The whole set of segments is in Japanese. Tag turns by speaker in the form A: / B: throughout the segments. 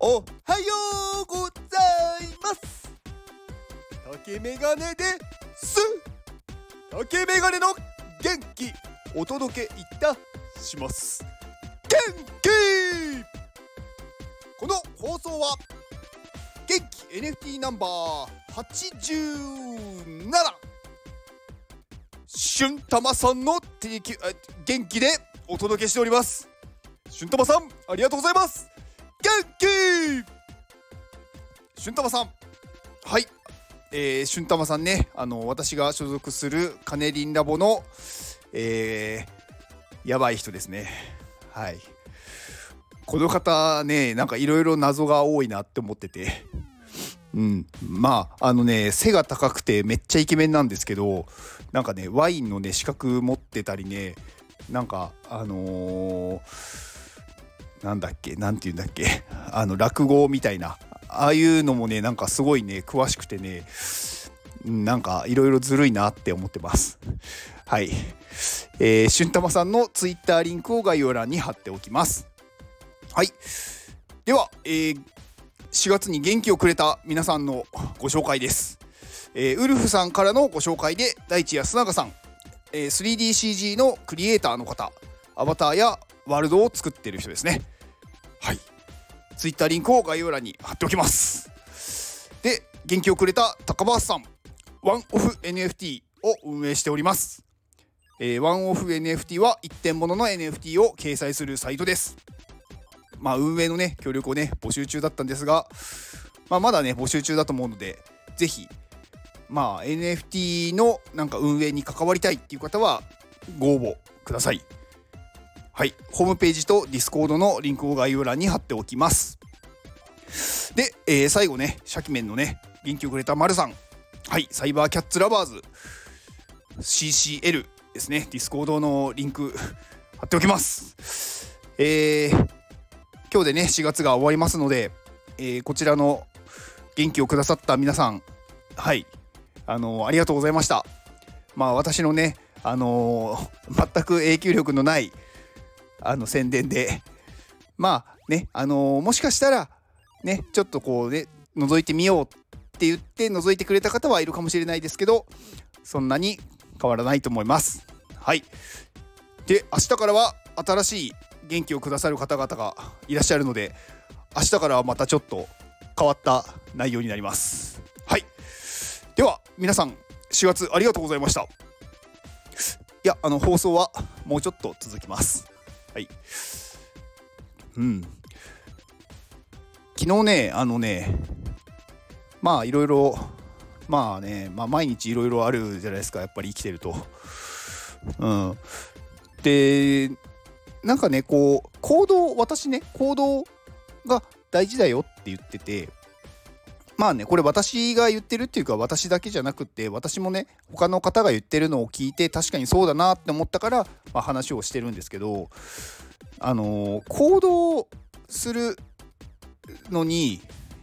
A: おはようございます。竹メガネです。竹メガネの元気お届けいたします。元気。この放送は元気 NFT ナンバー87しゅんたまさんの元気でお届けしております。しゅんたまさんありがとうございます。元気しゅんたまさん、はい、しゅんたまさんね、私が所属するカネリンラボの、やばい人ですね。はい、この方ね、なんかいろいろ謎が多いなって思ってて、まあ背が高くてめっちゃイケメンなんですけど、なんかねワインのね資格持ってたりね、なんかなんて言うんだっけ、落語みたいなああいうのもね、なんかすごいね詳しくてね、なんかいろいろずるいなって思ってます。はい、しゅんたまさんのツイッターリンクを概要欄に貼っておきます。はい、では、4月に元気をくれた皆さんのご紹介です。ウルフさんからのご紹介で、大地安永さん、3DCG のクリエイターの方、アバターやワールドを作っている人ですね。はい、ツイッターリンクを概要欄に貼っておきます。で、元気をくれた高橋さん、ワンオフ NFT を運営しております。ワンオフ NFT は一点物の NFT を掲載するサイトです。運営のね協力をね募集中だったんですが、まだね募集中だと思うので、ぜひNFT のなんか運営に関わりたいっていう方はご応募ください。はい、ホームページとディスコードのリンクを概要欄に貼っておきます。で、最後ね、シャキメンのね元気をくれたまるさん、はい、サイバーキャッツラバーズ CCL ですね、ディスコードのリンク貼っておきます。今日でね4月が終わりますので、こちらの元気をくださった皆さん、はい、ありがとうございました。私のね全く影響力のない宣伝で、もしかしたらねちょっとこうね覗いてみようって言って覗いてくれた方はいるかもしれないですけど、そんなに変わらないと思います。はい、で明日からは新しい元気をくださる方々がいらっしゃるので、明日からはまたちょっと変わった内容になります。はい、では皆さん4月ありがとうございました。いや放送はもうちょっと続きます。はい、昨日ねいろいろ毎日いろいろあるじゃないですか、やっぱり生きてると。でなんかねこう行動が大事だよって言ってて、これ私が言ってるっていうか、私だけじゃなくって私もね他の方が言ってるのを聞いて確かにそうだなって思ったから、話をしてるんですけど、行動するのに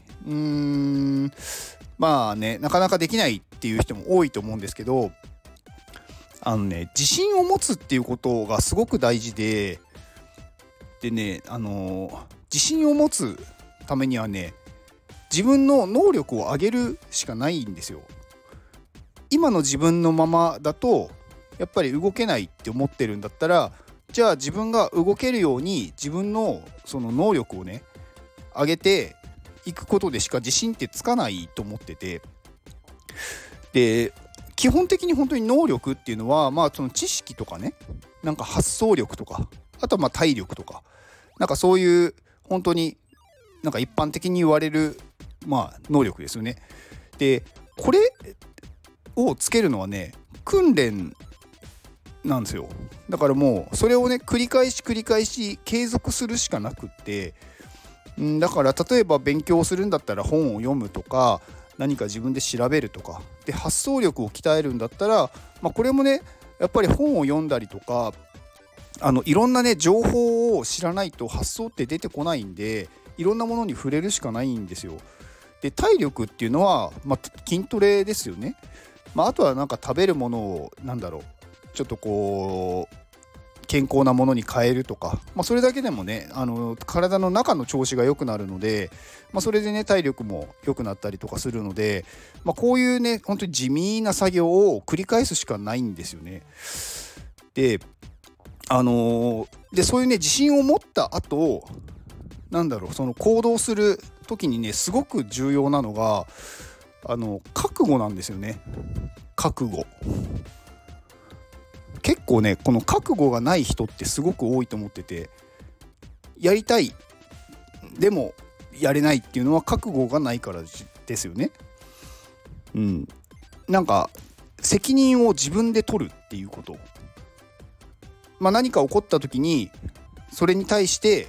A: なかなかできないっていう人も多いと思うんですけど、自信を持つっていうことがすごく大事でね、自信を持つためにはね、自分の能力を上げるしかないんですよ。今の自分のままだとやっぱり動けないって思ってるんだったら、じゃあ自分が動けるように自分のその能力をね上げていくことでしか自信ってつかないと思ってて、で基本的に本当に能力っていうのはその知識とかね、なんか発想力とか、あとは体力とか、なんかそういう本当になんか一般的に言われる能力ですよね。でこれをつけるのはね訓練なんですよ。だからもうそれをね繰り返し継続するしかなくって、だから例えば勉強するんだったら本を読むとか、何か自分で調べるとかで、発想力を鍛えるんだったら、これもねやっぱり本を読んだりとか、いろんなね情報を知らないと発想って出てこないんで、いろんなものに触れるしかないんですよ。で体力っていうのは、筋トレですよね。あとはなんか食べるものをちょっとこ健康なものに変えるとか、それだけでもね体の中の調子が良くなるので、それでね体力も良くなったりとかするので、こういうね本当に地味な作業を繰り返すしかないんですよね。でそういうね自信を持った後その行動する時にねすごく重要なのが覚悟なんですよね。覚悟。結構ねこの覚悟がない人ってすごく多いと思ってて、やりたいでもやれないっていうのは覚悟がないからですよね。責任を自分で取るっていうこと、何か起こった時にそれに対して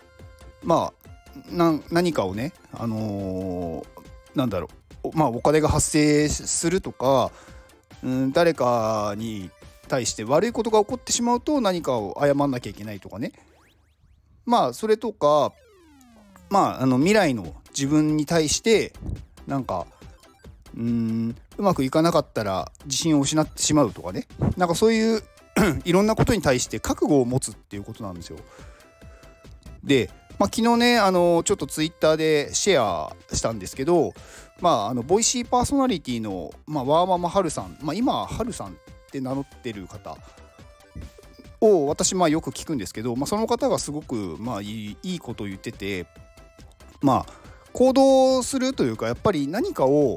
A: 何かをねお金が発生するとか、誰かに対して悪いことが起こってしまうと何かを謝んなきゃいけないとかね、それとか未来の自分に対してうまくいかなかったら自信を失ってしまうとかね、そういういろんなことに対して覚悟を持つっていうことなんですよ。で、昨日ねちょっとツイッターでシェアしたんですけど、ボイシーパーソナリティの、ワーママハルさん、今ハルさんって名乗ってる方を私よく聞くんですけど、その方がすごくいいことを言ってて、行動するというかやっぱり何かを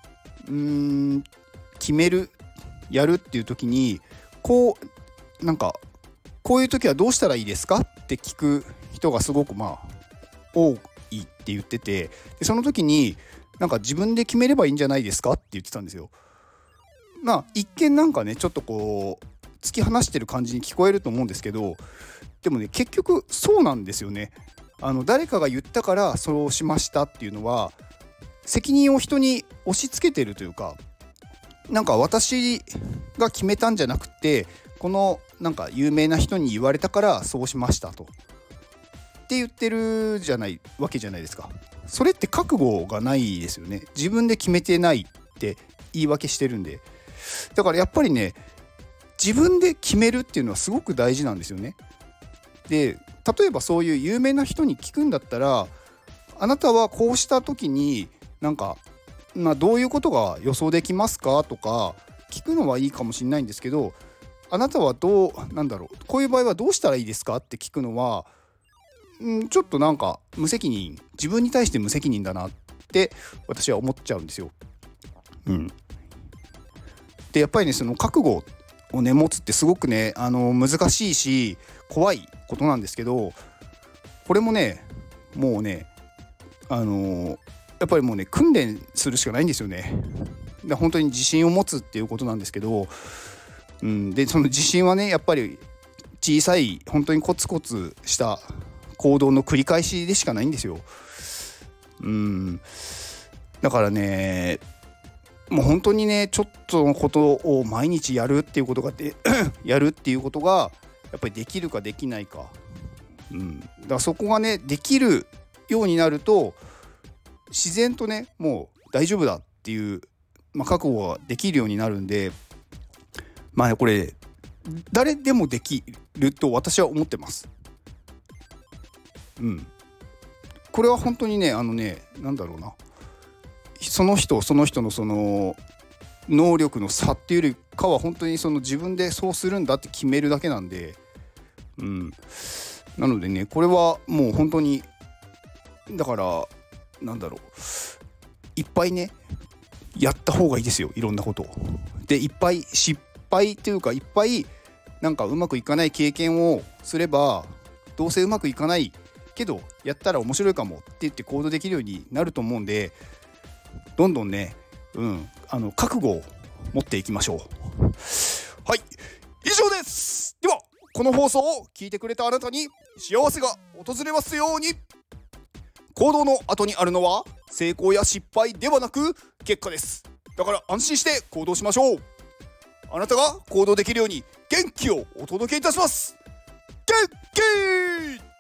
A: 決めるやるっていう時にこういう時はどうしたらいいですかって聞く人がすごく多いって言ってて、でその時に自分で決めればいいんじゃないですかって言ってたんですよ。一見ねちょっと突き放してる感じに聞こえると思うんですけど、でもね結局そうなんですよね。誰かが言ったからそうしましたっていうのは責任を人に押し付けてるというか、私が決めたんじゃなくてこの有名な人に言われたからそうしましたとって言ってるわけじゃないですか。それって覚悟がないですよね。自分で決めてないって言い訳してるんで。だからやっぱりね自分で決めるっていうのはすごく大事なんですよね。で例えばそういう有名な人に聞くんだったら、あなたはこうした時にどういうことが予想できますかとか聞くのはいいかもしれないんですけど、あなたはこういう場合はどうしたらいいですかって聞くのはちょっと無責任、自分に対して無責任だなって私は思っちゃうんですよ。でやっぱりねその覚悟をね持つってすごくね難しいし怖いことなんですけど、これもねもうねやっぱりもうね訓練するしかないんですよね。で本当に自信を持つっていうことなんですけど、でその自信はねやっぱり小さい本当にコツコツした行動の繰り返しでしかないんですよ。だからねもう本当にねちょっとのことを毎日やるっていうことがやるっていうことがやっぱりできるかできないか、だからそこがねできるようになると自然とねもう大丈夫だっていう、覚悟ができるようになるんで、これ誰でもできると私は思ってます。これは本当にねその人のその能力の差っていうよりかは本当にその自分でそうするんだって決めるだけなんで、なのでねこれはもう本当にだからいっぱいねやった方がいいですよ。いろんなことでいっぱい失敗というかいっぱいうまくいかない経験をすればどうせうまくいかないけどやったら面白いかもって言って行動できるようになると思うんで、どんどんね覚悟を持っていきましょう。はい、以上です。ではこの放送を聞いてくれたあなたに幸せが訪れますように。行動の後にあるのは成功や失敗ではなく結果です。だから安心して行動しましょう。あなたが行動できるように元気をお届けいたします。元気